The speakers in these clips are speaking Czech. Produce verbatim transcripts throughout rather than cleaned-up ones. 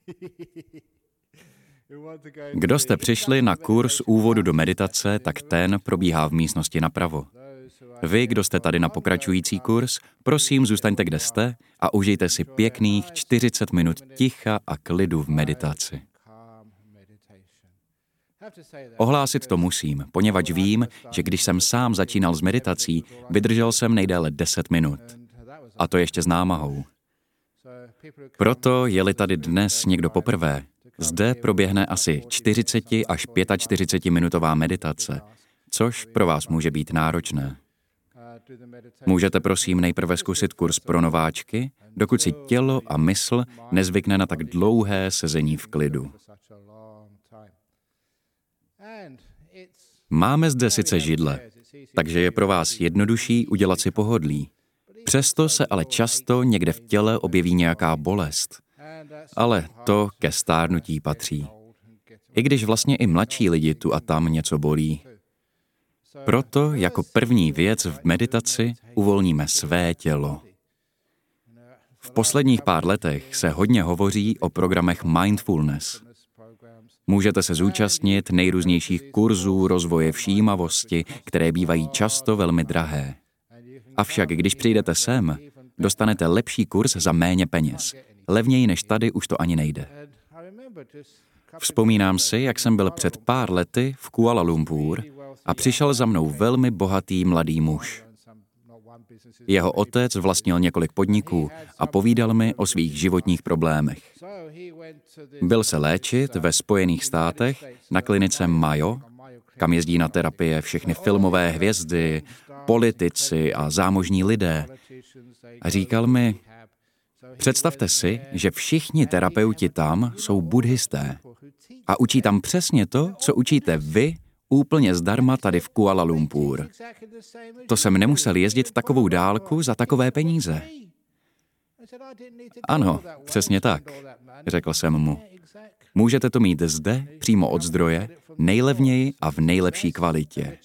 Kdo jste přišli na kurz úvodu do meditace, tak ten probíhá v místnosti napravo. Vy, kdo jste tady na pokračující kurz, prosím, zůstaňte, kde jste a užijte si pěkných čtyřicet minut ticha a klidu v meditaci. Ohlásit to musím, poněvadž vím, že když jsem sám začínal s meditací, vydržel jsem nejdéle deset minut. A to ještě s námahou. Proto, je-li tady dnes někdo poprvé, zde proběhne asi čtyřicet až čtyřicet pět minutová meditace, což pro vás může být náročné. Můžete prosím nejprve zkusit kurz pro nováčky, dokud si tělo a mysl nezvykne na tak dlouhé sezení v klidu. Máme zde sice židle, takže je pro vás jednodušší udělat si pohodlí. Přesto se ale často někde v těle objeví nějaká bolest. Ale to ke stárnutí patří. I když vlastně i mladší lidi tu a tam něco bolí. Proto jako první věc v meditaci uvolníme své tělo. V posledních pár letech se hodně hovoří o programech mindfulness. Můžete se zúčastnit nejrůznějších kurzů rozvoje všímavosti, které bývají často velmi drahé. Avšak když přijdete sem, dostanete lepší kurz za méně peněz. Levněji než tady už to ani nejde. Vzpomínám si, jak jsem byl před pár lety v Kuala Lumpur a přišel za mnou velmi bohatý mladý muž. Jeho otec vlastnil několik podniků a povídal mi o svých životních problémech. Byl se léčit ve Spojených státech na klinice Mayo, kam jezdí na terapie všechny filmové hvězdy, politici a zámožní lidé. A říkal mi, představte si, že všichni terapeuti tam jsou buddhisté a učí tam přesně to, co učíte vy, úplně zdarma tady v Kuala Lumpur. To jsem nemusel jezdit takovou dálku za takové peníze. Ano, přesně tak, řekl jsem mu. Můžete to mít zde, přímo od zdroje, nejlevněji a v nejlepší kvalitě.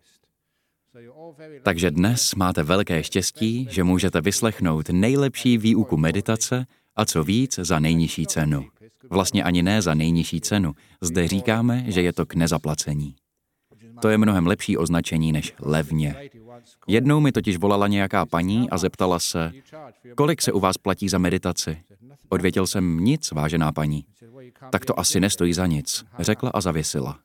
Takže dnes máte velké štěstí, že můžete vyslechnout nejlepší výuku meditace a co víc za nejnižší cenu. Vlastně ani ne za nejnižší cenu. Zde říkáme, že je to k nezaplacení. To je mnohem lepší označení než levně. Jednou mi totiž volala nějaká paní a zeptala se, kolik se u vás platí za meditaci? Odvěděl jsem, nic, vážená paní. Tak to asi nestojí za nic, řekla a zavěsila.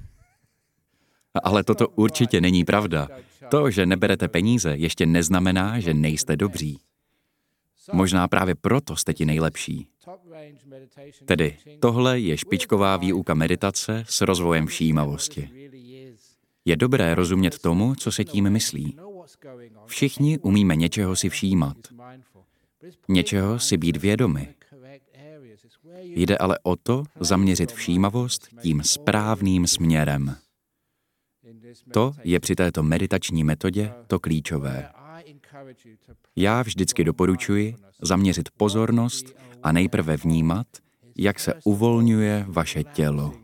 Ale toto určitě není pravda. To, že neberete peníze, ještě neznamená, že nejste dobří. Možná právě proto jste ti nejlepší. Tedy tohle je špičková výuka meditace s rozvojem všímavosti. Je dobré rozumět tomu, co se tím myslí. Všichni umíme něčeho si všímat. Něčeho si být vědomi. Jde ale o to zaměřit všímavost tím správným směrem. To je při této meditační metodě to klíčové. Já vždycky doporučuji zaměřit pozornost a nejprve vnímat, jak se uvolňuje vaše tělo.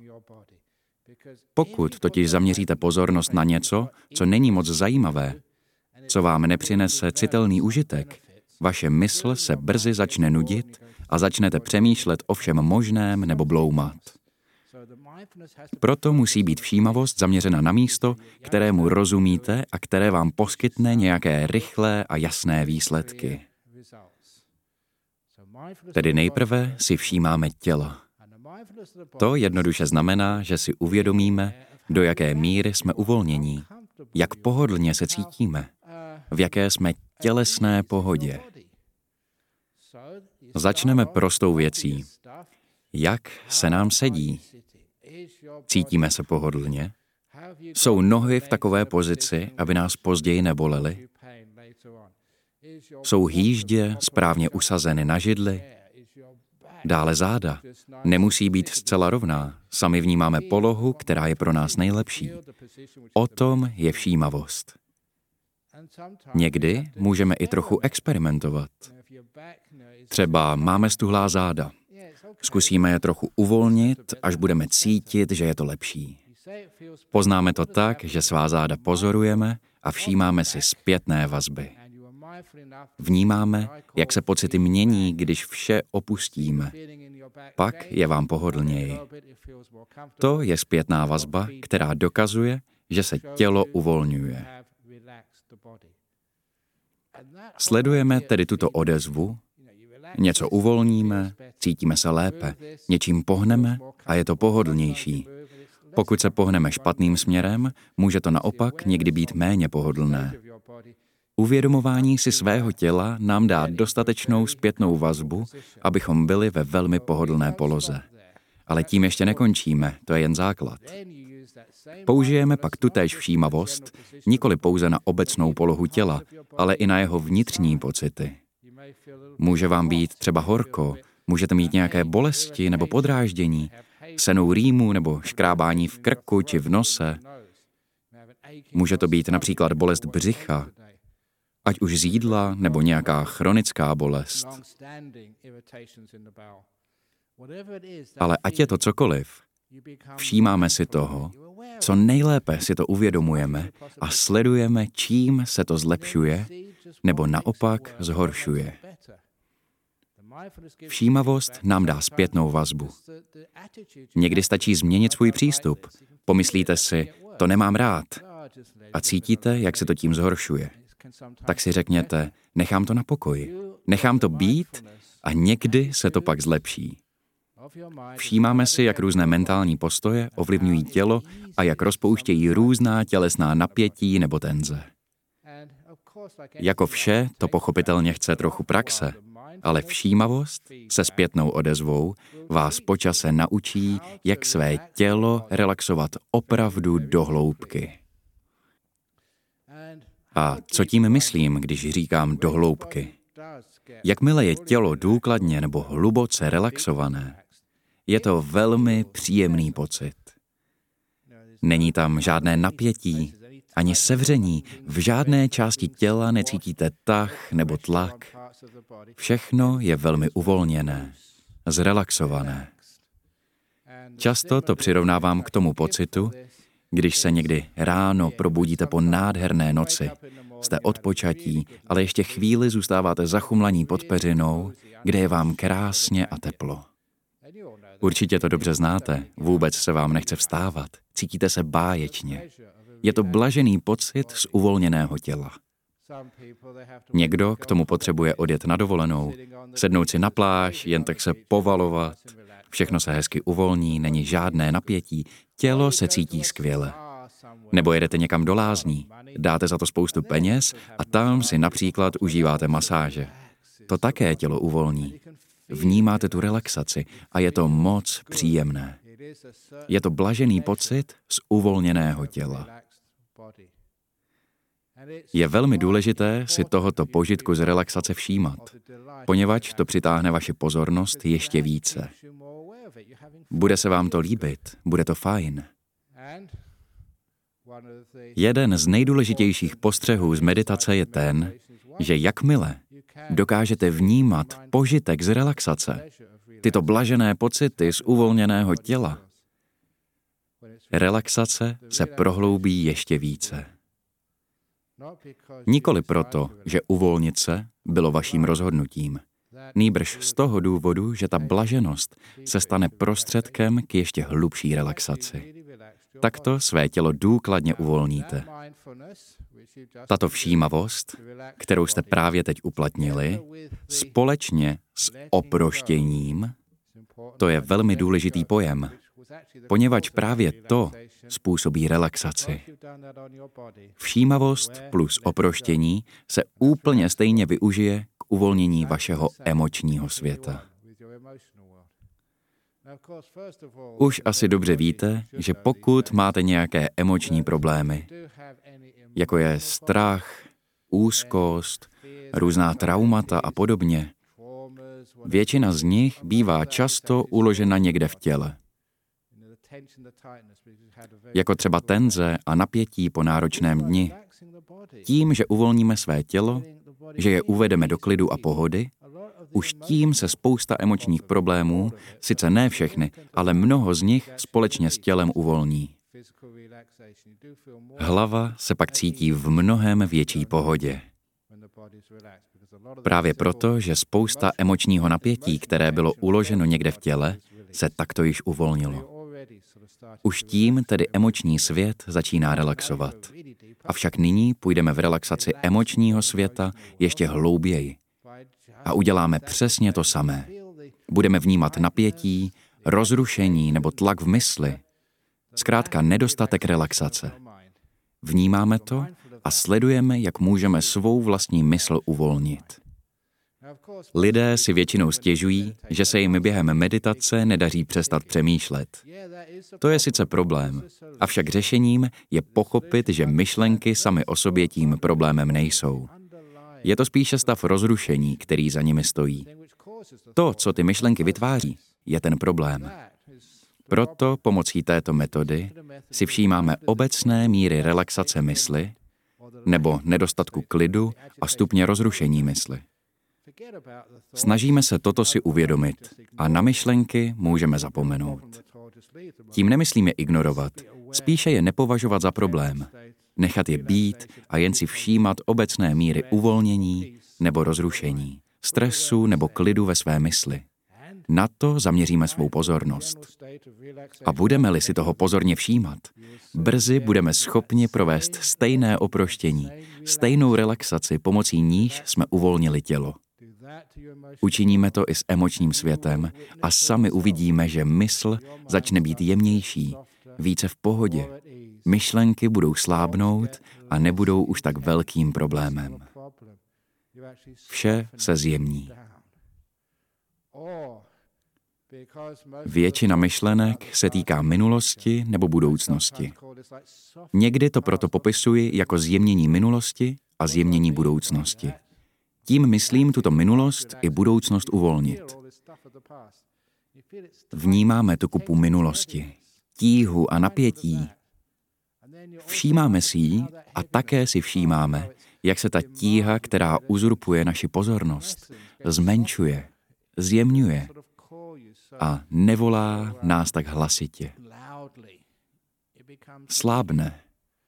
Pokud totiž zaměříte pozornost na něco, co není moc zajímavé, co vám nepřinese citelný užitek, vaše mysl se brzy začne nudit a začnete přemýšlet o všem možném nebo bloumat. Proto musí být všímavost zaměřena na místo, kterému rozumíte a které vám poskytne nějaké rychlé a jasné výsledky. Tedy nejprve si všímáme těla. To jednoduše znamená, že si uvědomíme, do jaké míry jsme uvolnění, jak pohodlně se cítíme, v jaké jsme tělesné pohodě. Začneme prostou věcí. Jak se nám sedí? Cítíme se pohodlně? Jsou nohy v takové pozici, aby nás později nebolely? Jsou hýždě správně usazeny na židli? Dále záda. Nemusí být zcela rovná. Sami vnímáme polohu, která je pro nás nejlepší. O tom je všímavost. Někdy můžeme i trochu experimentovat. Třeba máme stuhlá záda. Zkusíme je trochu uvolnit, až budeme cítit, že je to lepší. Poznáme to tak, že svá záda pozorujeme a všímáme si zpětné vazby. Vnímáme, jak se pocity mění, když vše opustíme. Pak je vám pohodlněji. To je zpětná vazba, která dokazuje, že se tělo uvolňuje. Sledujeme tedy tuto odezvu, něco uvolníme, cítíme se lépe, něčím pohneme a je to pohodlnější. Pokud se pohneme špatným směrem, může to naopak někdy být méně pohodlné. Uvědomování si svého těla nám dá dostatečnou zpětnou vazbu, abychom byli ve velmi pohodlné poloze. Ale tím ještě nekončíme, to je jen základ. Použijeme pak tutéž všímavost, nikoli pouze na obecnou polohu těla, ale i na jeho vnitřní pocity. Může vám být třeba horko, můžete mít nějaké bolesti nebo podráždění, senou rýmu nebo škrábání v krku či v nose. Může to být například bolest břicha, ať už z jídla nebo nějaká chronická bolest. Ale ať je to cokoliv, všímáme si toho, co nejlépe si to uvědomujeme a sledujeme, čím se to zlepšuje nebo naopak zhoršuje. Všímavost nám dá zpětnou vazbu. Někdy stačí změnit svůj přístup. Pomyslíte si, to nemám rád. A cítíte, jak se to tím zhoršuje. Tak si řekněte, nechám to na pokoji. Nechám to být a někdy se to pak zlepší. Všímáme si, jak různé mentální postoje ovlivňují tělo a jak rozpouštějí různá tělesná napětí nebo tenze. Jako vše, to pochopitelně chce trochu praxe, ale všímavost se zpětnou odezvou vás po čase naučí, jak své tělo relaxovat opravdu do hloubky. A co tím myslím, když říkám do hloubky? Jakmile je tělo důkladně nebo hluboce relaxované, je to velmi příjemný pocit. Není tam žádné napětí, ani sevření, v žádné části těla necítíte tah nebo tlak. Všechno je velmi uvolněné, zrelaxované. Často to přirovnávám k tomu pocitu, když se někdy ráno probudíte po nádherné noci. Jste odpočatí, ale ještě chvíli zůstáváte zachumlaní pod peřinou, kde je vám krásně a teplo. Určitě to dobře znáte, vůbec se vám nechce vstávat, cítíte se báječně. Je to blažený pocit z uvolněného těla. Někdo k tomu potřebuje odjet na dovolenou, sednout si na pláž, jen tak se povalovat, všechno se hezky uvolní, není žádné napětí, tělo se cítí skvěle. Nebo jedete někam do lázní, dáte za to spoustu peněz a tam si například užíváte masáže. To také tělo uvolní. Vnímáte tu relaxaci a je to moc příjemné. Je to blažený pocit z uvolněného těla. Je velmi důležité si tohoto požitku z relaxace všímat, poněvadž to přitáhne vaši pozornost ještě více. Bude se vám to líbit, bude to fajn. Jeden z nejdůležitějších postřehů z meditace je ten, že jakmile dokážete vnímat požitek z relaxace, tyto blažené pocity z uvolněného těla, relaxace se prohloubí ještě více. Nikoli proto, že uvolnit se bylo vaším rozhodnutím, nýbrž z toho důvodu, že ta blaženost se stane prostředkem k ještě hlubší relaxaci. Takto své tělo důkladně uvolníte. Tato všímavost, kterou jste právě teď uplatnili, společně s oproštěním, to je velmi důležitý pojem, poněvadž právě to způsobí relaxaci. Všímavost plus oproštění se úplně stejně využije k uvolnění vašeho emočního světa. Už asi dobře víte, že pokud máte nějaké emoční problémy, jako je strach, úzkost, různá traumata a podobně, většina z nich bývá často uložena někde v těle. Jako třeba tenze a napětí po náročném dni. Tím, že uvolníme své tělo, že je uvedeme do klidu a pohody, už tím se spousta emočních problémů, sice ne všechny, ale mnoho z nich společně s tělem uvolní. Hlava se pak cítí v mnohem větší pohodě. Právě proto, že spousta emočního napětí, které bylo uloženo někde v těle, se takto již uvolnilo. Už tím tedy emoční svět začíná relaxovat. Avšak nyní půjdeme v relaxaci emočního světa ještě hlouběji. A uděláme přesně to samé. Budeme vnímat napětí, rozrušení nebo tlak v mysli. Zkrátka nedostatek relaxace. Vnímáme to a sledujeme, jak můžeme svou vlastní mysl uvolnit. Lidé si většinou stěžují, že se jim během meditace nedaří přestat přemýšlet. To je sice problém, avšak řešením je pochopit, že myšlenky samy o sobě tím problémem nejsou. Je to spíše stav rozrušení, který za nimi stojí. To, co ty myšlenky vytváří, je ten problém. Proto pomocí této metody si všímáme obecné míry relaxace mysli nebo nedostatku klidu a stupně rozrušení mysli. Snažíme se toto si uvědomit a na myšlenky můžeme zapomenout. Tím nemyslím je ignorovat, spíše je nepovažovat za problém. Nechat je být a jen si všímat obecné míry uvolnění nebo rozrušení, stresu nebo klidu ve své mysli. Na to zaměříme svou pozornost. A budeme-li si toho pozorně všímat, brzy budeme schopni provést stejné oproštění, stejnou relaxaci, pomocí níž jsme uvolnili tělo. Učiníme to i s emočním světem a sami uvidíme, že mysl začne být jemnější, více v pohodě. Myšlenky budou slábnout a nebudou už tak velkým problémem. Vše se zjemní. Většina myšlenek se týká minulosti nebo budoucnosti. Někdy to proto popisuji jako zjemnění minulosti a zjemnění budoucnosti. Tím myslím tuto minulost i budoucnost uvolnit. Vnímáme tu kupu minulosti, tíhu a napětí. Všímáme si ji a také si všímáme, jak se ta tíha, která uzurpuje naši pozornost, zmenšuje, zjemňuje a nevolá nás tak hlasitě. Slábne.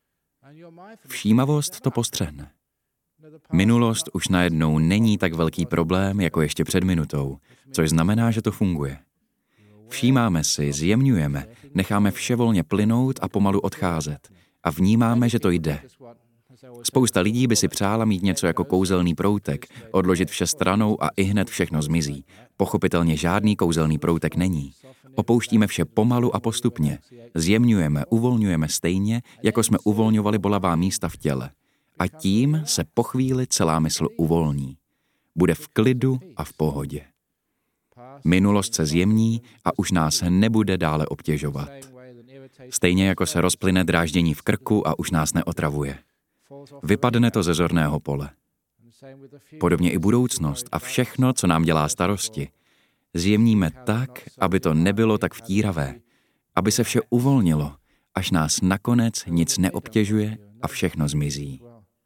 Všímavost to postřehne. Minulost už najednou není tak velký problém, jako ještě před minutou, což znamená, že to funguje. Všímáme si, zjemňujeme, necháme vše volně plynout a pomalu odcházet. A vnímáme, že to jde. Spousta lidí by si přála mít něco jako kouzelný proutek, odložit vše stranou a ihned všechno zmizí. Pochopitelně žádný kouzelný proutek není. Opouštíme vše pomalu a postupně. Zjemňujeme, uvolňujeme stejně, jako jsme uvolňovali bolavá místa v těle. A tím se po chvíli celá mysl uvolní. Bude v klidu a v pohodě. Minulost se zjemní a už nás nebude dále obtěžovat. Stejně jako se rozplyne dráždění v krku a už nás neotravuje. Vypadne to ze zorného pole. Podobně i budoucnost a všechno, co nám dělá starosti, zjemníme tak, aby to nebylo tak vtíravé, aby se vše uvolnilo, až nás nakonec nic neobtěžuje a všechno zmizí.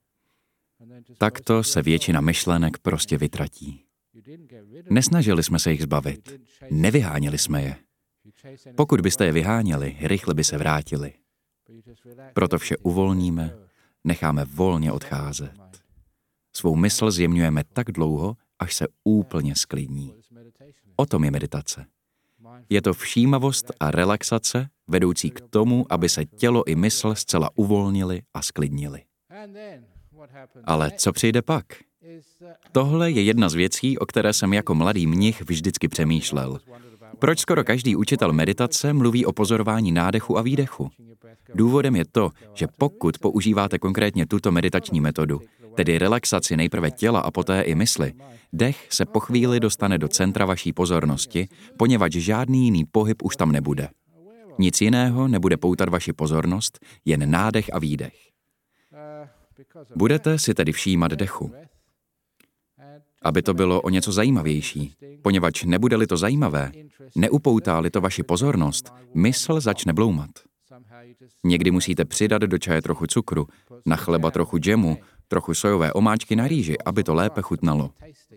Takto se většina myšlenek prostě vytratí. Nesnažili jsme se jich zbavit, nevyháněli jsme je. Pokud byste je vyháněli, rychle by se vrátili. Proto vše uvolníme, necháme volně odcházet. Svou mysl zjemňujeme tak dlouho, až se úplně sklidní. O tom je meditace. Je to všímavost a relaxace, vedoucí k tomu, aby se tělo i mysl zcela uvolnili a sklidnili. Ale co přijde pak? Tohle je jedna z věcí, o které jsem jako mladý mnich vždycky přemýšlel. Proč skoro každý učitel meditace mluví o pozorování nádechu a výdechu? Důvodem je to, že pokud používáte konkrétně tuto meditační metodu, tedy relaxaci nejprve těla a poté i mysli, dech se po chvíli dostane do centra vaší pozornosti, poněvadž žádný jiný pohyb už tam nebude. Nic jiného nebude poutat vaši pozornost, jen nádech a výdech. Budete si tedy všímat dechu. Aby to bylo o něco zajímavější, poněvadž nebude-li to zajímavé, neupoutá-li to vaši pozornost, mysl začne bloumat. Někdy musíte přidat do čaje trochu cukru, na chleba trochu džemu, trochu sojové omáčky na rýži, aby to lépe chutnalo.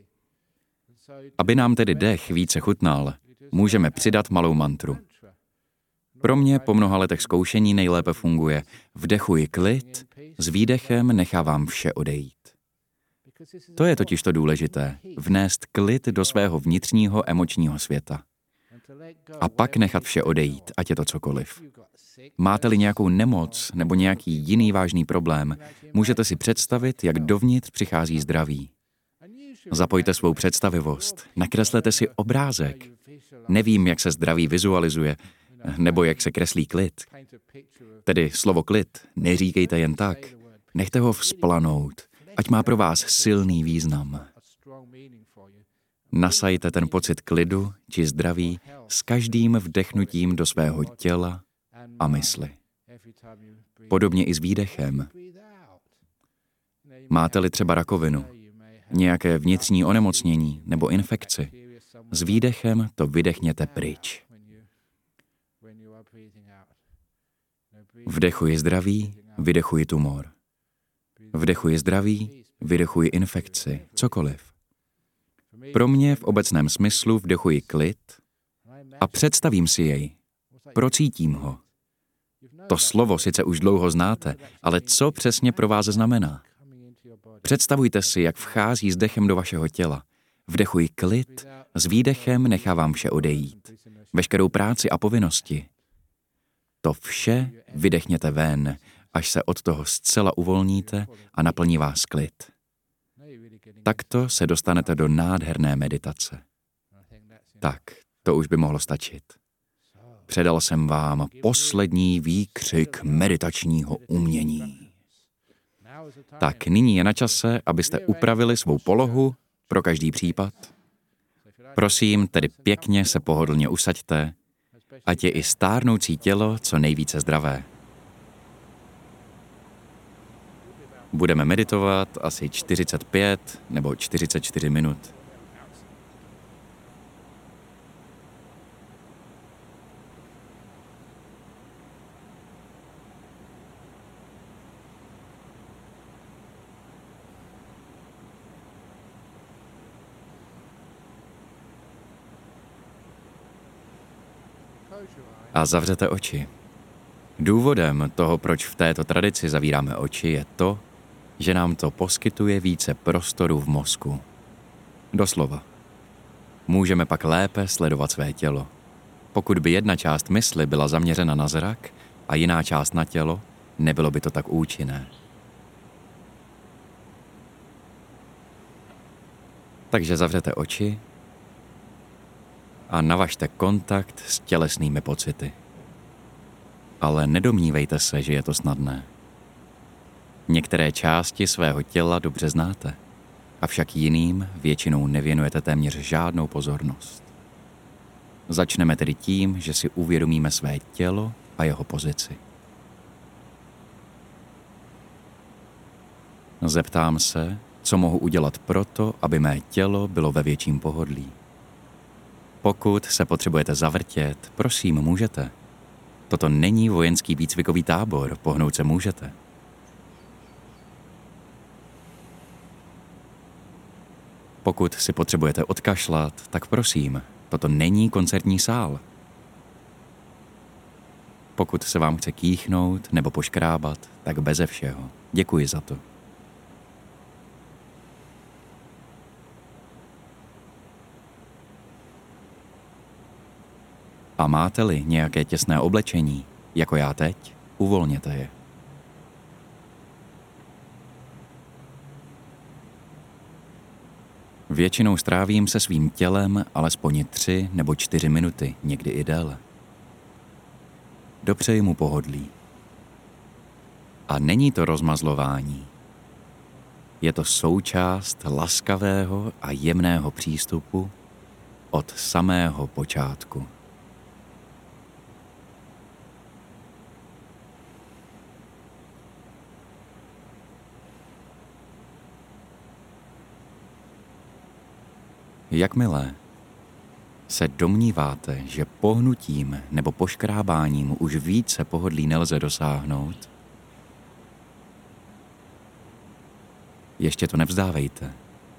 Aby nám tedy dech více chutnal, můžeme přidat malou mantru. Pro mě po mnoha letech zkoušení nejlépe funguje: vdechuji klid, s výdechem nechávám vše odejít. To je totiž to důležité, vnést klid do svého vnitřního emočního světa. A pak nechat vše odejít, ať je to cokoliv. Máte-li nějakou nemoc nebo nějaký jiný vážný problém, můžete si představit, jak dovnitř přichází zdraví. Zapojte svou představivost, nakreslete si obrázek. Nevím, jak se zdraví vizualizuje, nebo jak se kreslí klid. Tedy slovo klid neříkejte jen tak. Nechte ho vzplanout, ať má pro vás silný význam. Nasajte ten pocit klidu či zdraví s každým vdechnutím do svého těla a mysli. Podobně i s výdechem. Máte-li třeba rakovinu, nějaké vnitřní onemocnění nebo infekci, s výdechem to vydechněte pryč. Vdechuji zdraví, vydechuji tumor. Vdechuji zdraví, vydechuji infekci, cokoliv. Pro mě v obecném smyslu vdechuji klid a představím si jej. Procítím ho. To slovo sice už dlouho znáte, ale co přesně pro vás znamená? Představujte si, jak vchází s dechem do vašeho těla. Vdechuji klid, s výdechem nechávám vše odejít. Veškerou práci a povinnosti. To vše vydechněte ven, až se od toho zcela uvolníte a naplní vás klid. Takto se dostanete do nádherné meditace. Tak, to už by mohlo stačit. Předal jsem vám poslední výkřik meditačního umění. Tak nyní je na čase, abyste upravili svou polohu pro každý případ. Prosím, tedy pěkně se pohodlně usaďte, ať je i stárnoucí tělo co nejvíce zdravé. Budeme meditovat asi čtyřicet pět nebo čtyřicet čtyři minut. A zavřete oči. Důvodem toho, proč v této tradici zavíráme oči, je to, že nám to poskytuje více prostoru v mozku. Doslova. Můžeme pak lépe sledovat své tělo. Pokud by jedna část mysli byla zaměřena na zrak a jiná část na tělo, nebylo by to tak účinné. Takže zavřete oči a navažte kontakt s tělesnými pocity. Ale nedomnívejte se, že je to snadné. Některé části svého těla dobře znáte, avšak jiným většinou nevěnujete téměř žádnou pozornost. Začneme tedy tím, že si uvědomíme své tělo a jeho pozici. Zeptám se, co mohu udělat proto, aby mé tělo bylo ve větším pohodlí. Pokud se potřebujete zavrtět, prosím, můžete. Toto není vojenský výcvikový tábor, pohnout se můžete. Pokud si potřebujete odkašlat, tak prosím, toto není koncertní sál. Pokud se vám chce kýchnout nebo poškrábat, tak beze všeho. Děkuji za to. A máte-li nějaké těsné oblečení, jako já teď, uvolněte je. Většinou strávím se svým tělem alespoň tři nebo čtyři minuty, někdy i déle. Dopřeji mu pohodlí. A není to rozmazlování. Je to součást laskavého a jemného přístupu od samého počátku. Jakmile se domníváte, že pohnutím nebo poškrábáním už více pohodlí nelze dosáhnout, ještě to nevzdávejte.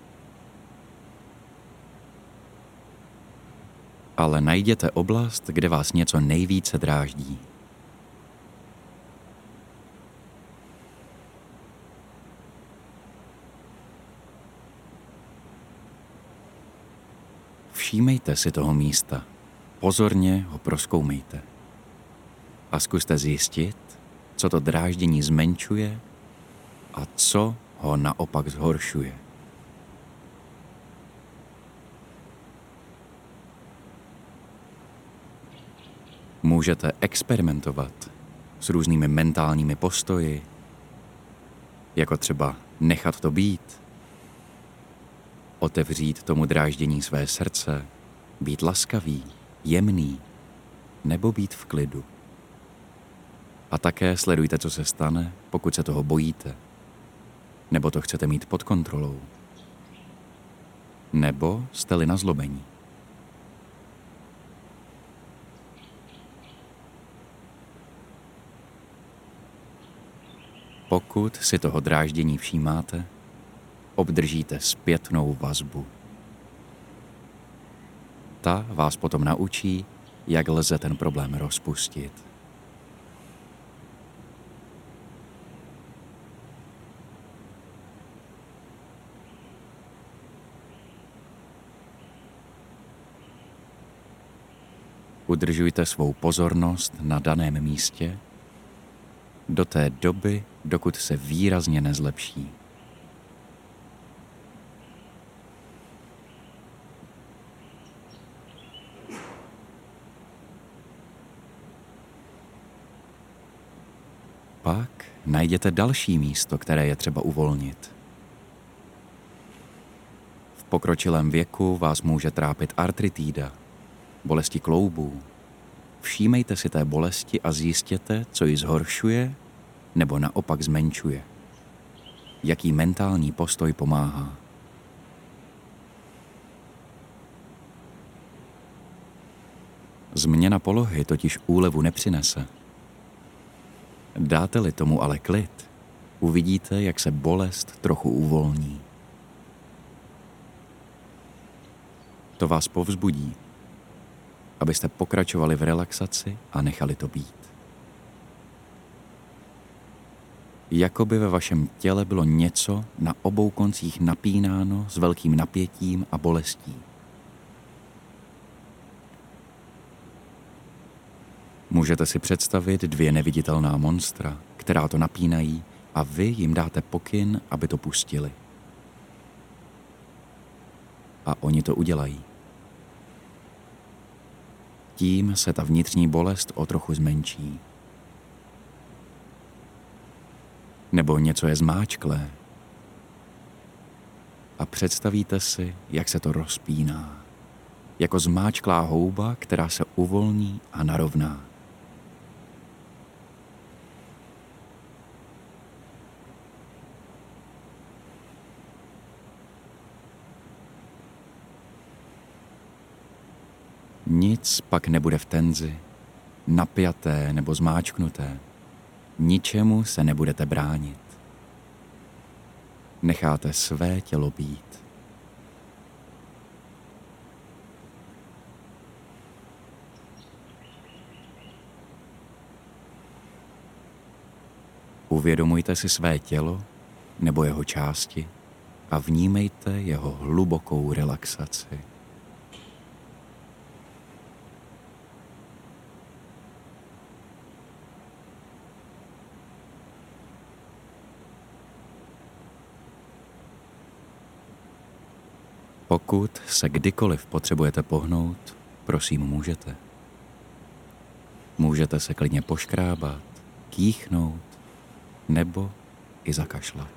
Ale najděte oblast, kde vás něco nejvíce dráždí. Všímejte si toho místa, pozorně ho prozkoumejte a zkuste zjistit, co to dráždění zmenšuje a co ho naopak zhoršuje. Můžete experimentovat s různými mentálními postoji, jako třeba nechat to být, otevřít tomu dráždění své srdce, být laskavý, jemný, nebo být v klidu. A také sledujte, co se stane, pokud se toho bojíte, nebo to chcete mít pod kontrolou, nebo jste-li nazlobení. Pokud si toho dráždění všímáte, obdržíte zpětnou vazbu. Ta vás potom naučí, jak lze ten problém rozpustit. Udržujte svou pozornost na daném místě do té doby, dokud se výrazně nezlepší. Pak najděte další místo, které je třeba uvolnit. V pokročilém věku vás může trápit artritída, bolesti kloubů. Všímejte si té bolesti a zjistěte, co ji zhoršuje nebo naopak zmenšuje. Jaký mentální postoj pomáhá. Změna polohy totiž úlevu nepřinese. Dáte-li tomu ale klid, uvidíte, jak se bolest trochu uvolní. To vás povzbudí, abyste pokračovali v relaxaci a nechali to být. Jakoby ve vašem těle bylo něco na obou koncích napínáno s velkým napětím a bolestí. Můžete si představit dvě neviditelná monstra, která to napínají, a vy jim dáte pokyn, aby to pustili. A oni to udělají. Tím se ta vnitřní bolest o trochu zmenší. Nebo něco je zmáčklé. A představíte si, jak se to rozpíná. Jako zmáčklá houba, která se uvolní a narovná. Nic pak nebude v tenzi, napjaté nebo zmáčknuté. Ničemu se nebudete bránit. Necháte své tělo být. Uvědomujte si své tělo nebo jeho části a vnímejte jeho hlubokou relaxaci. Pokud se kdykoliv potřebujete pohnout, prosím, můžete. Můžete se klidně poškrábat, kýchnout nebo i zakašlat.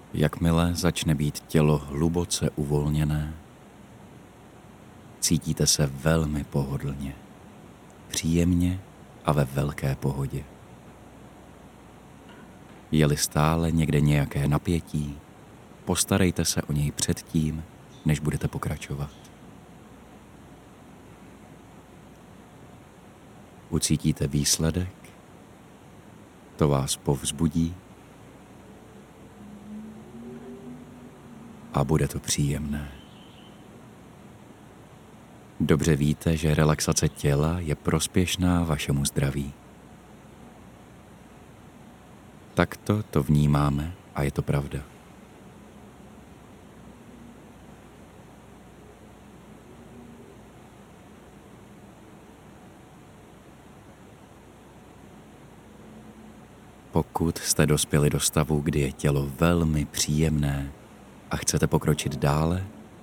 Jakmile začne být tělo hluboce uvolněné, cítíte se velmi pohodlně, příjemně a ve velké pohodě. Je-li stále někde nějaké napětí, postarejte se o něj předtím, než budete pokračovat. Ucítíte výsledek, to vás povzbudí a bude to příjemné. Dobře víte, že relaxace těla je prospěšná vašemu zdraví. Takto to vnímáme a je to pravda. Pokud jste dospěli do stavu, kdy je tělo velmi příjemné a chcete pokročit dále,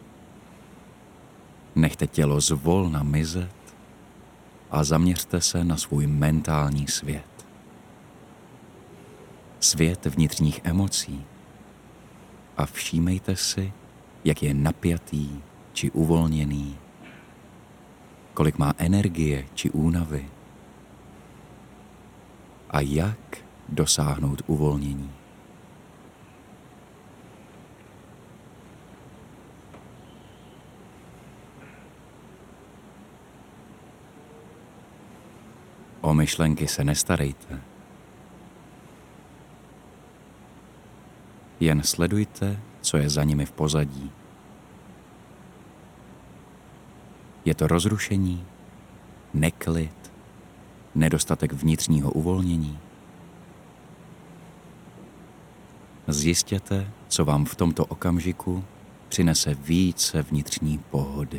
nechte tělo zvolna mizet a zaměřte se na svůj mentální svět. Svět vnitřních emocí. A všímejte si, jak je napjatý či uvolněný, kolik má energie či únavy a jak dosáhnout uvolnění. O myšlenky se nestarejte. Jen sledujte, co je za nimi v pozadí. Je to rozrušení, neklid, nedostatek vnitřního uvolnění? Zjistěte, co vám v tomto okamžiku přinese více vnitřní pohody.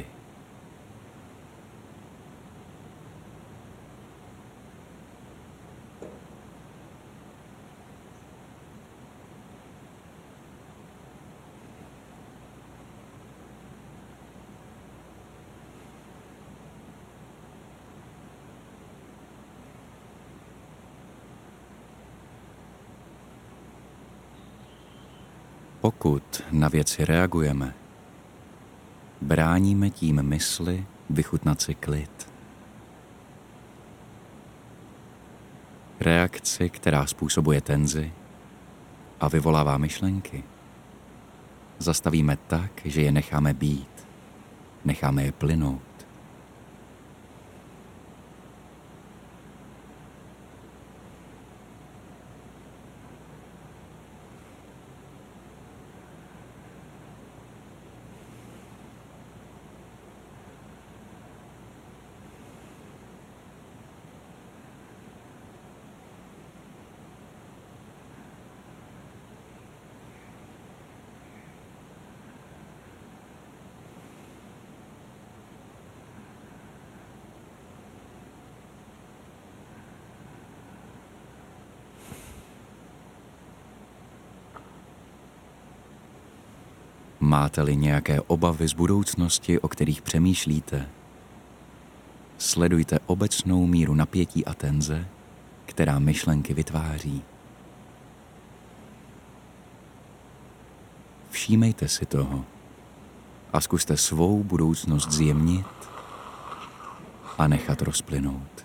Pokud na věci reagujeme, bráníme tím mysli vychutnat si klid. Reakci, která způsobuje tenzi a vyvolává myšlenky, zastavíme tak, že je necháme být, necháme je plynout. Máte-li nějaké obavy z budoucnosti, o kterých přemýšlíte, sledujte obecnou míru napětí a tenze, která myšlenky vytváří. Všímejte si toho a zkuste svou budoucnost zjemnit a nechat rozplynout.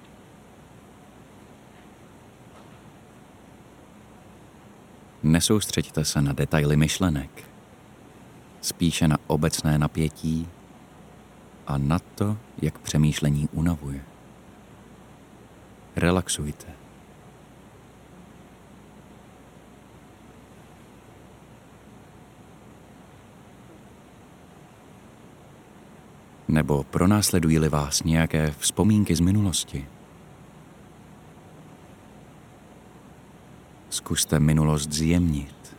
Nesoustřeďte se na detaily myšlenek, spíše na obecné napětí a na to, jak přemýšlení unavuje. Relaxujte. Nebo pronásledují-li vás nějaké vzpomínky z minulosti, zkuste minulost zjemnit.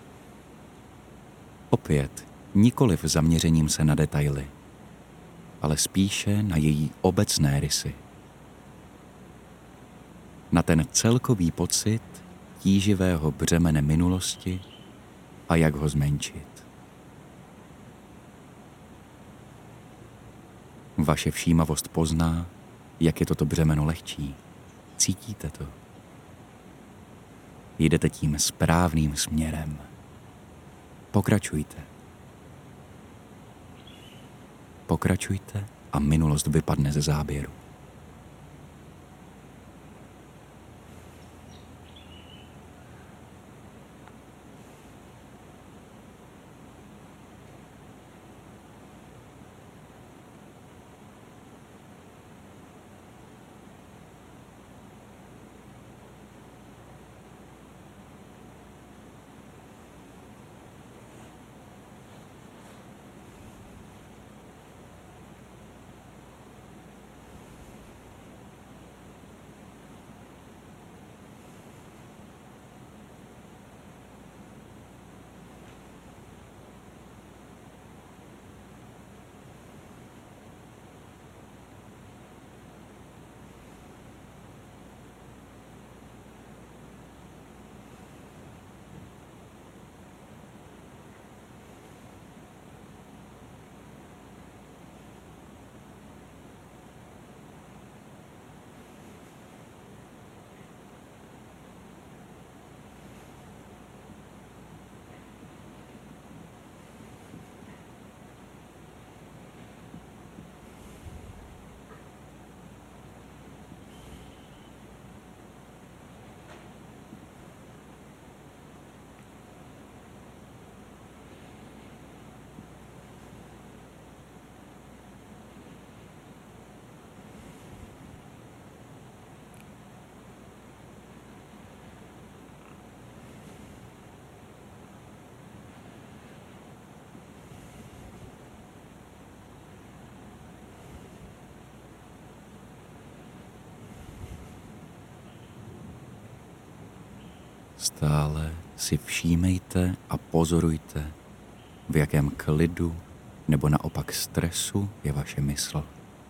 Opět nikoliv zaměřením se na detaily, ale spíše na její obecné rysy. Na ten celkový pocit tíživého břemene minulosti a jak ho zmenšit. Vaše všímavost pozná, jak je toto břemeno lehčí. Cítíte to? Jdete tím správným směrem. Pokračujte. Pokračujte a minulost vypadne ze záběru. Stále si všímejte a pozorujte, v jakém klidu nebo naopak stresu je vaše mysl.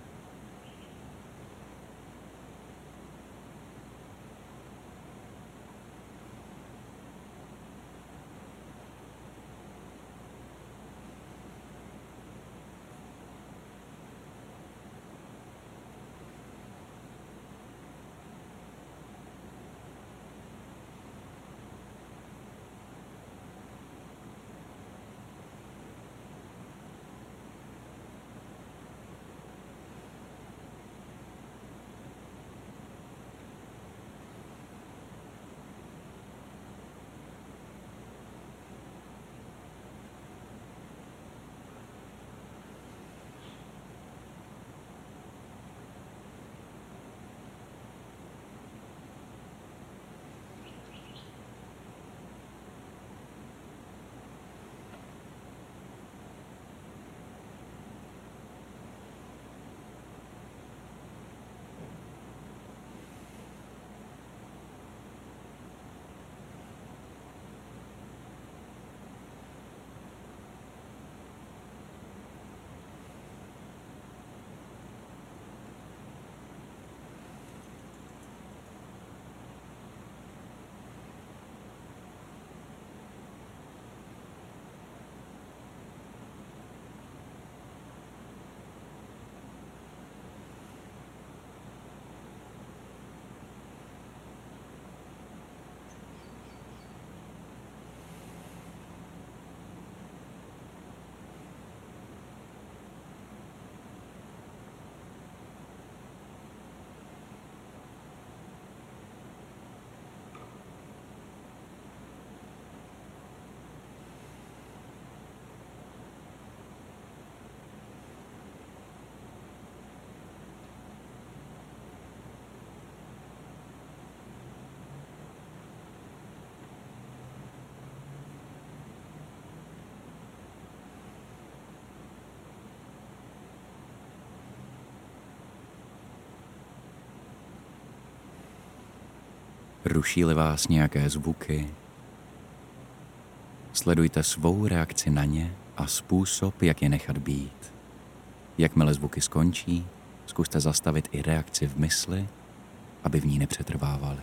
Ruší-li vás nějaké zvuky, sledujte svou reakci na ně a způsob, jak je nechat být. Jakmile zvuky skončí, zkuste zastavit i reakci v mysli, aby v ní nepřetrvávaly.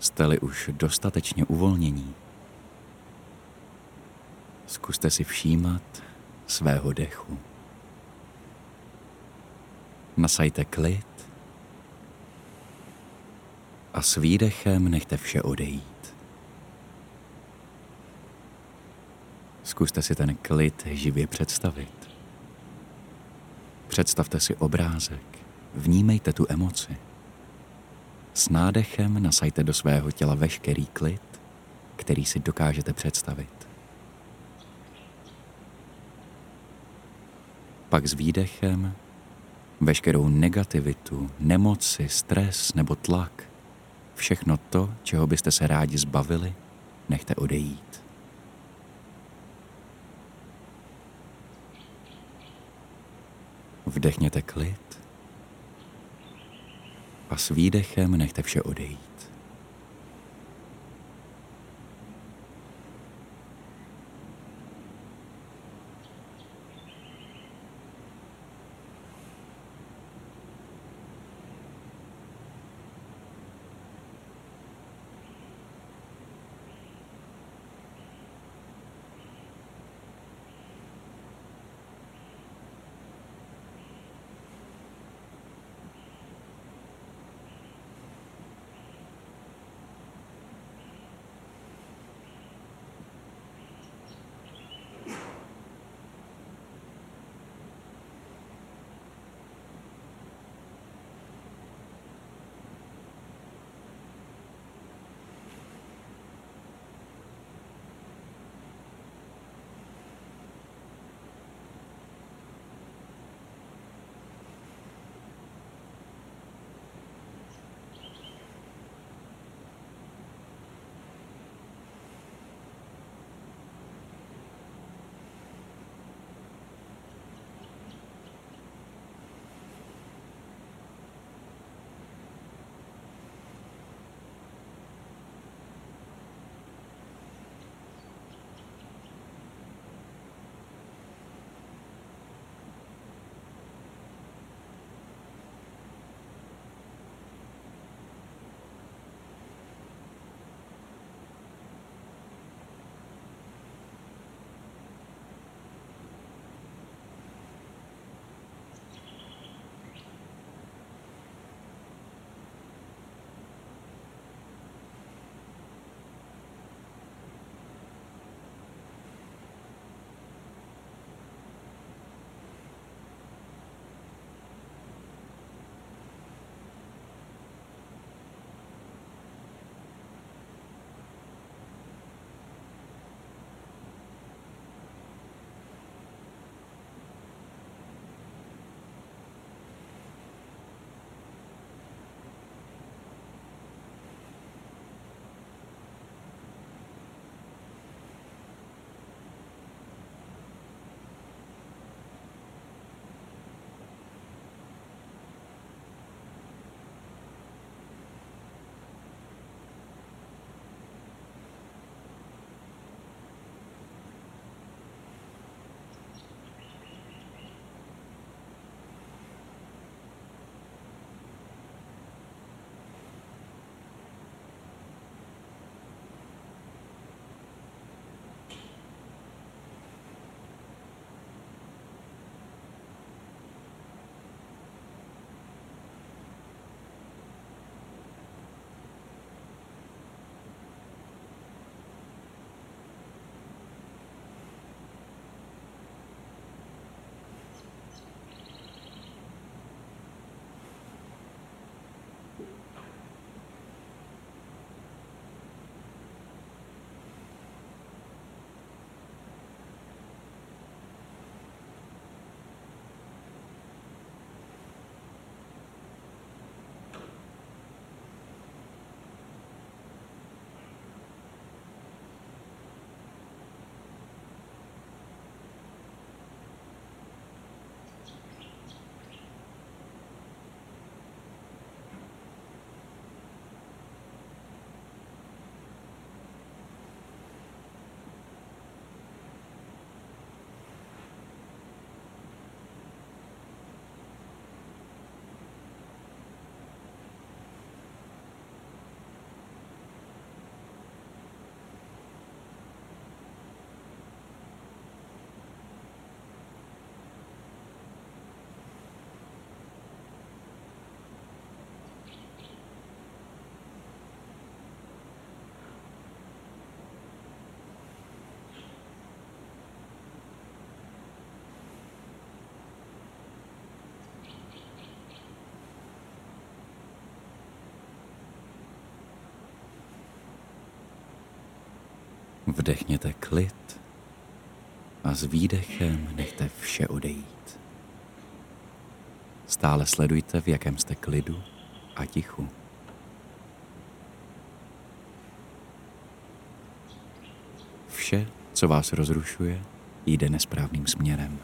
Jste-li už dostatečně uvolnění, zkuste si všímat svého dechu. Nasajte klid a s výdechem nechte vše odejít. Zkuste si ten klid živě představit. Představte si obrázek, vnímejte tu emoci. S nádechem nasajte do svého těla veškerý klid, který si dokážete představit. Pak s výdechem veškerou negativitu, nemoci, stres nebo tlak, všechno to, čeho byste se rádi zbavili, nechte odejít. Vdechněte klid a s výdechem nechte vše odejít. Vdechněte klid a s výdechem nechte vše odejít. Stále sledujte, v jakém jste klidu a tichu. Vše, co vás rozrušuje, jde nesprávným směrem.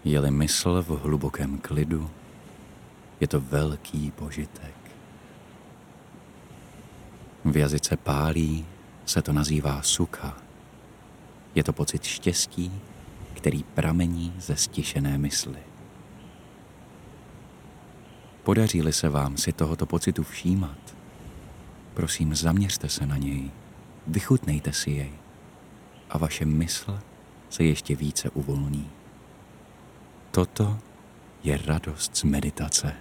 Je-li mysl v hlubokém klidu, je to velký požitek. V jazyce pálí se to nazývá sukha. Je to pocit štěstí, který pramení ze stišené mysli. Podaří-li se vám si tohoto pocitu všímat, prosím, zaměřte se na něj, vychutnejte si jej a vaše mysl se ještě více uvolní. Toto je radost z meditace.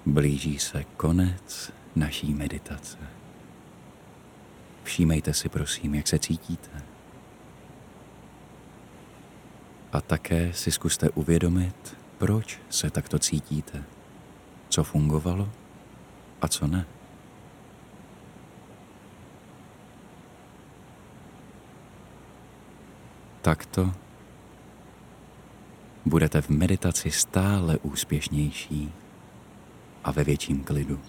Blíží se konec naší meditace. Všímejte si, prosím, jak se cítíte. A také si zkuste uvědomit, proč se takto cítíte. Co fungovalo a co ne. Takto budete v meditaci stále úspěšnější a ve větším klidu.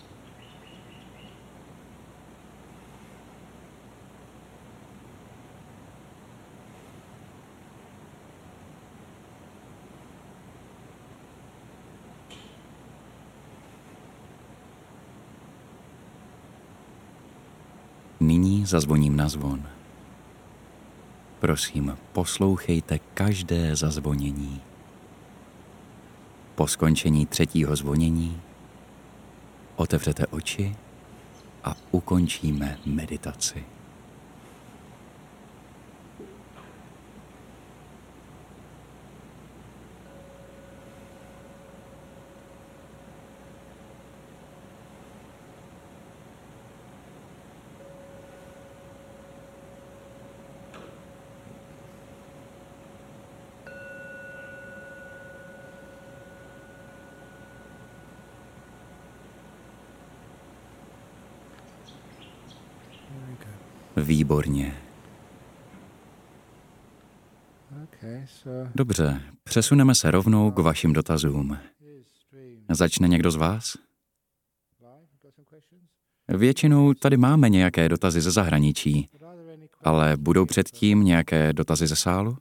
Nyní zazvoním na zvon. Prosím, poslouchejte každé zazvonění. Po skončení třetího zvonění otevřete oči a ukončíme meditaci. Výborně. Dobře, přesuneme se rovnou k vašim dotazům. Začne někdo z vás? Většinou tady máme nějaké dotazy ze zahraničí, ale budou předtím nějaké dotazy ze sálu?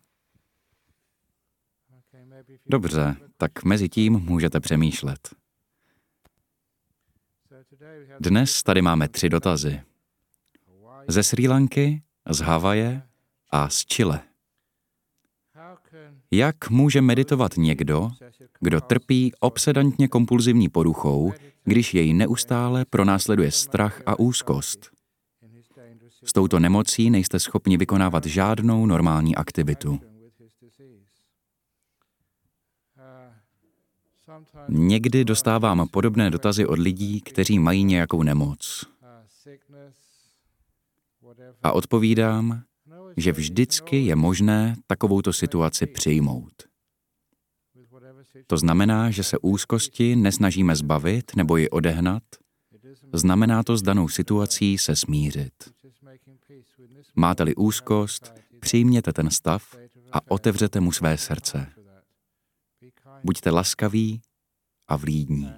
Dobře, tak mezi tím můžete přemýšlet. Dnes tady máme tři dotazy. Ze Srí Lanky, z Havaje a z Chile. Jak může meditovat někdo, kdo trpí obsedantně kompulzivní poruchou, když jej neustále pronásleduje strach a úzkost? S touto nemocí nejste schopni vykonávat žádnou normální aktivitu. Někdy dostávám podobné dotazy od lidí, kteří mají nějakou nemoc. A odpovídám, že vždycky je možné takovouto situaci přijmout. To znamená, že se úzkosti nesnažíme zbavit nebo ji odehnat, znamená to s danou situací se smířit. Máte-li úzkost, přijměte ten stav a otevřete mu své srdce. Buďte laskaví a vlídní.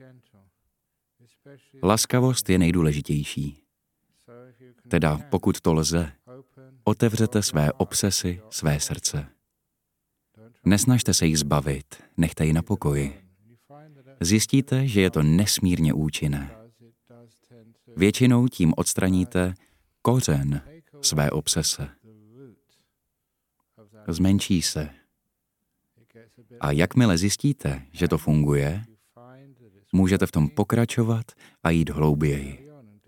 Laskavost je nejdůležitější. Teda, pokud to lze, otevřete své obsesy, své srdce. Nesnažte se jich zbavit, nechte ji na pokoji. Zjistíte, že je to nesmírně účinné. Většinou tím odstraníte kořen své obsese. Zmenší se. A jakmile zjistíte, že to funguje, můžete v tom pokračovat a jít hlouběji.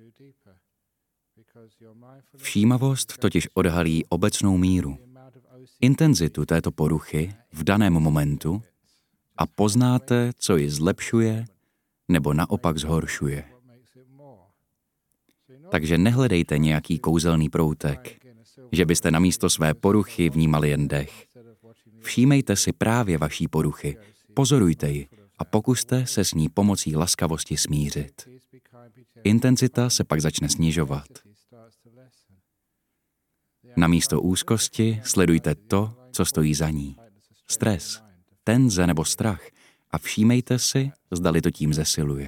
Všímavost totiž odhalí obecnou míru, intenzitu této poruchy v daném momentu a poznáte, co ji zlepšuje nebo naopak zhoršuje. Takže nehledejte nějaký kouzelný proutek, že byste namísto své poruchy vnímali jen dech. Všímejte si právě vaší poruchy, pozorujte ji a pokuste se s ní pomocí laskavosti smířit. Intenzita se pak začne snižovat. Namísto úzkosti sledujte to, co stojí za ní. Stres, tenze nebo strach a všímejte si, zdali to tím zesiluje.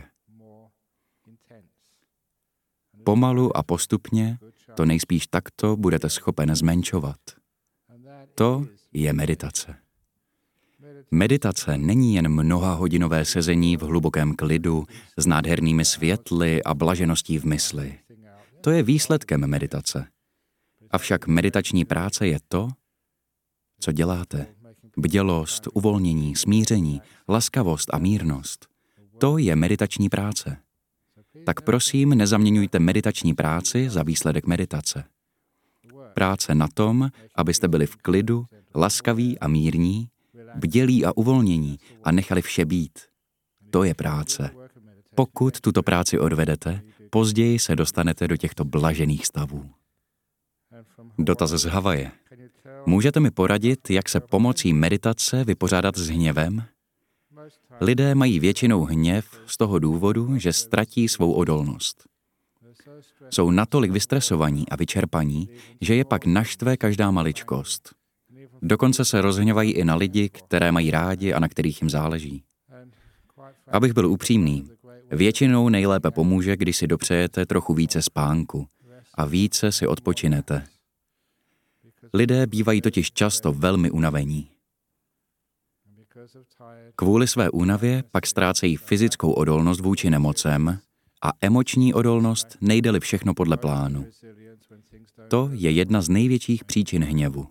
Pomalu a postupně to nejspíš takto budete schopen zmenšovat. To je meditace. Meditace není jen mnohahodinové sezení v hlubokém klidu s nádhernými světly a blažeností v mysli. To je výsledkem meditace. Avšak meditační práce je to, co děláte. Bdělost, uvolnění, smíření, laskavost a mírnost. To je meditační práce. Tak prosím, nezaměňujte meditační práci za výsledek meditace. Práce na tom, abyste byli v klidu, laskaví a mírní, bdělí a uvolnění a nechali vše být. To je práce. Pokud tuto práci odvedete, později se dostanete do těchto blažených stavů. Dotaz z Havaje. Můžete mi poradit, jak se pomocí meditace vypořádat s hněvem? Lidé mají většinou hněv z toho důvodu, že ztratí svou odolnost. Jsou natolik vystresovaní a vyčerpaní, že je pak naštve každá maličkost. Dokonce se rozhněvají i na lidi, které mají rádi a na kterých jim záleží. Abych byl upřímný, většinou nejlépe pomůže, když si dopřejete trochu více spánku a více si odpočinete. Lidé bývají totiž často velmi unavení. Kvůli své únavě pak ztrácejí fyzickou odolnost vůči nemocem a emoční odolnost, nejde-li všechno podle plánu. To je jedna z největších příčin hněvu.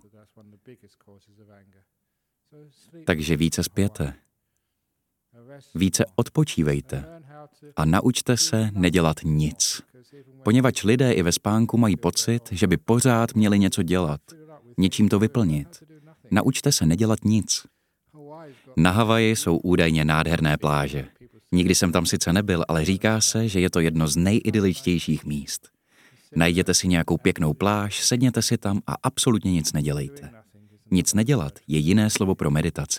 Takže více spěte. Více odpočívejte a naučte se nedělat nic. Poněvadž lidé i ve spánku mají pocit, že by pořád měli něco dělat, něčím to vyplnit. Naučte se nedělat nic. Na Havaji jsou údajně nádherné pláže. Nikdy jsem tam sice nebyl, ale říká se, že je to jedno z nejidyličtějších míst. Najděte si nějakou pěknou pláž, sedněte si tam a absolutně nic nedělejte. Nic nedělat je jiné slovo pro meditaci.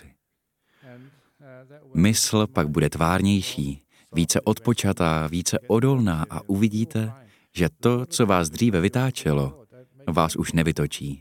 Mysl pak bude tvárnější, více odpočatá, více odolná a uvidíte, že to, co vás dříve vytáčelo, vás už nevytočí.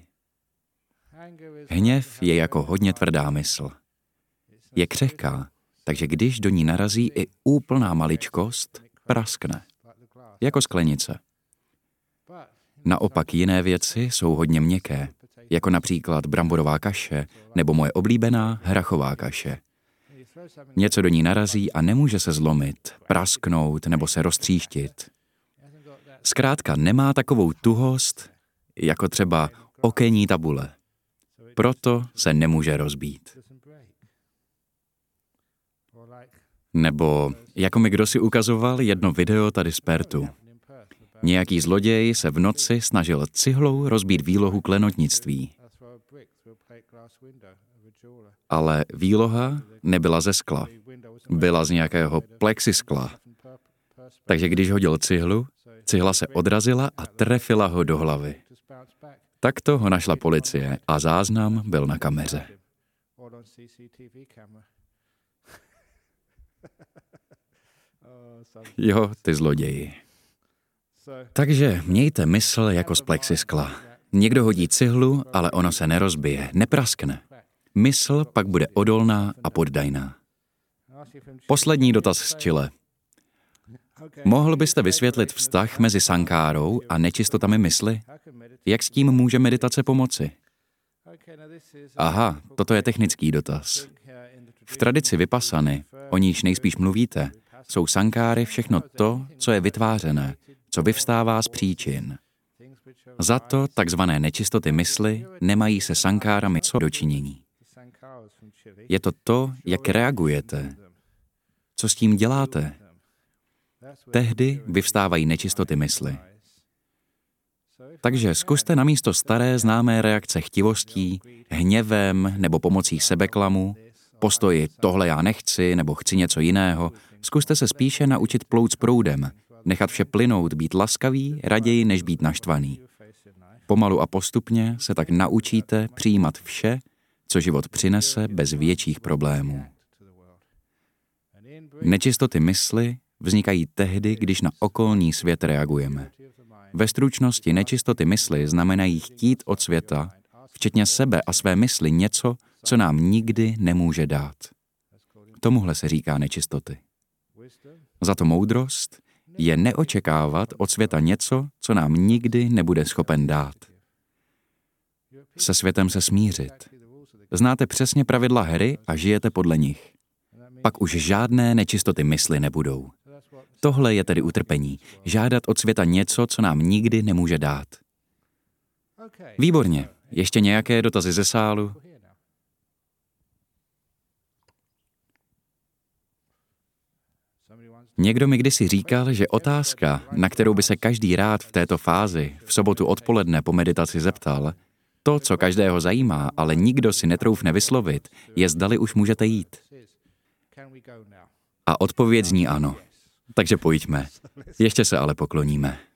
Hněv je jako hodně tvrdá mysl. Je křehká, takže když do ní narazí i úplná maličkost, praskne. Jako sklenice. Naopak jiné věci jsou hodně měkké, jako například bramborová kaše nebo moje oblíbená hrachová kaše. Něco do ní narazí a nemůže se zlomit, prasknout nebo se roztříštit. Zkrátka nemá takovou tuhost, jako třeba okenní tabule. Proto se nemůže rozbít. Nebo, jako mi kdosi ukazoval jedno video tady z Pertu. Nějaký zloděj se v noci snažil cihlou rozbít výlohu klenotnictví. Ale výloha nebyla ze skla. Byla z nějakého plexiskla. Takže když hodil cihlu, cihla se odrazila a trefila ho do hlavy. Takto ho našla policie a záznam byl na kameře. Jo, ty zloději. Takže mějte mysl jako z plexiskla. Někdo hodí cihlu, ale ono se nerozbije, nepraskne. Mysl pak bude odolná a poddajná. Poslední dotaz z Chile. Mohl byste vysvětlit vztah mezi sankárou a nečistotami mysli? Jak s tím může meditace pomoci? Aha, toto je technický dotaz. V tradici vipassany, o níž nejspíš mluvíte, jsou sankáry všechno to, co je vytvářené, co vyvstává z příčin. Za to takzvané nečistoty mysli nemají se sankárami co dočinění. Je to to, jak reagujete, co s tím děláte. Tehdy vyvstávají nečistoty mysli. Takže zkuste namísto staré známé reakce chtivostí, hněvem nebo pomocí sebeklamu, postoji tohle já nechci nebo chci něco jiného, zkuste se spíše naučit plout s proudem, nechat vše plynout, být laskavý, raději než být naštvaný. Pomalu a postupně se tak naučíte přijímat vše, co život přinese bez větších problémů. Nečistoty mysli vznikají tehdy, když na okolní svět reagujeme. Ve stručnosti nečistoty mysli znamenají chtít od světa, včetně sebe a své mysli, něco, co nám nikdy nemůže dát. Tomuhle se říká nečistoty. Za to moudrost je neočekávat od světa něco, co nám nikdy nebude schopen dát. Se světem se smířit. Znáte přesně pravidla hry a žijete podle nich. Pak už žádné nečistoty mysli nebudou. Tohle je tedy utrpení. Žádat od světa něco, co nám nikdy nemůže dát. Výborně. Ještě nějaké dotazy ze sálu? Někdo mi kdysi říkal, že otázka, na kterou by se každý rád v této fázi, v sobotu odpoledne po meditaci zeptal, to, co každého zajímá, ale nikdo si netroufne vyslovit, je zdali už můžete jít. A odpověď zní ano. Takže pojďme. Ještě se ale pokloníme.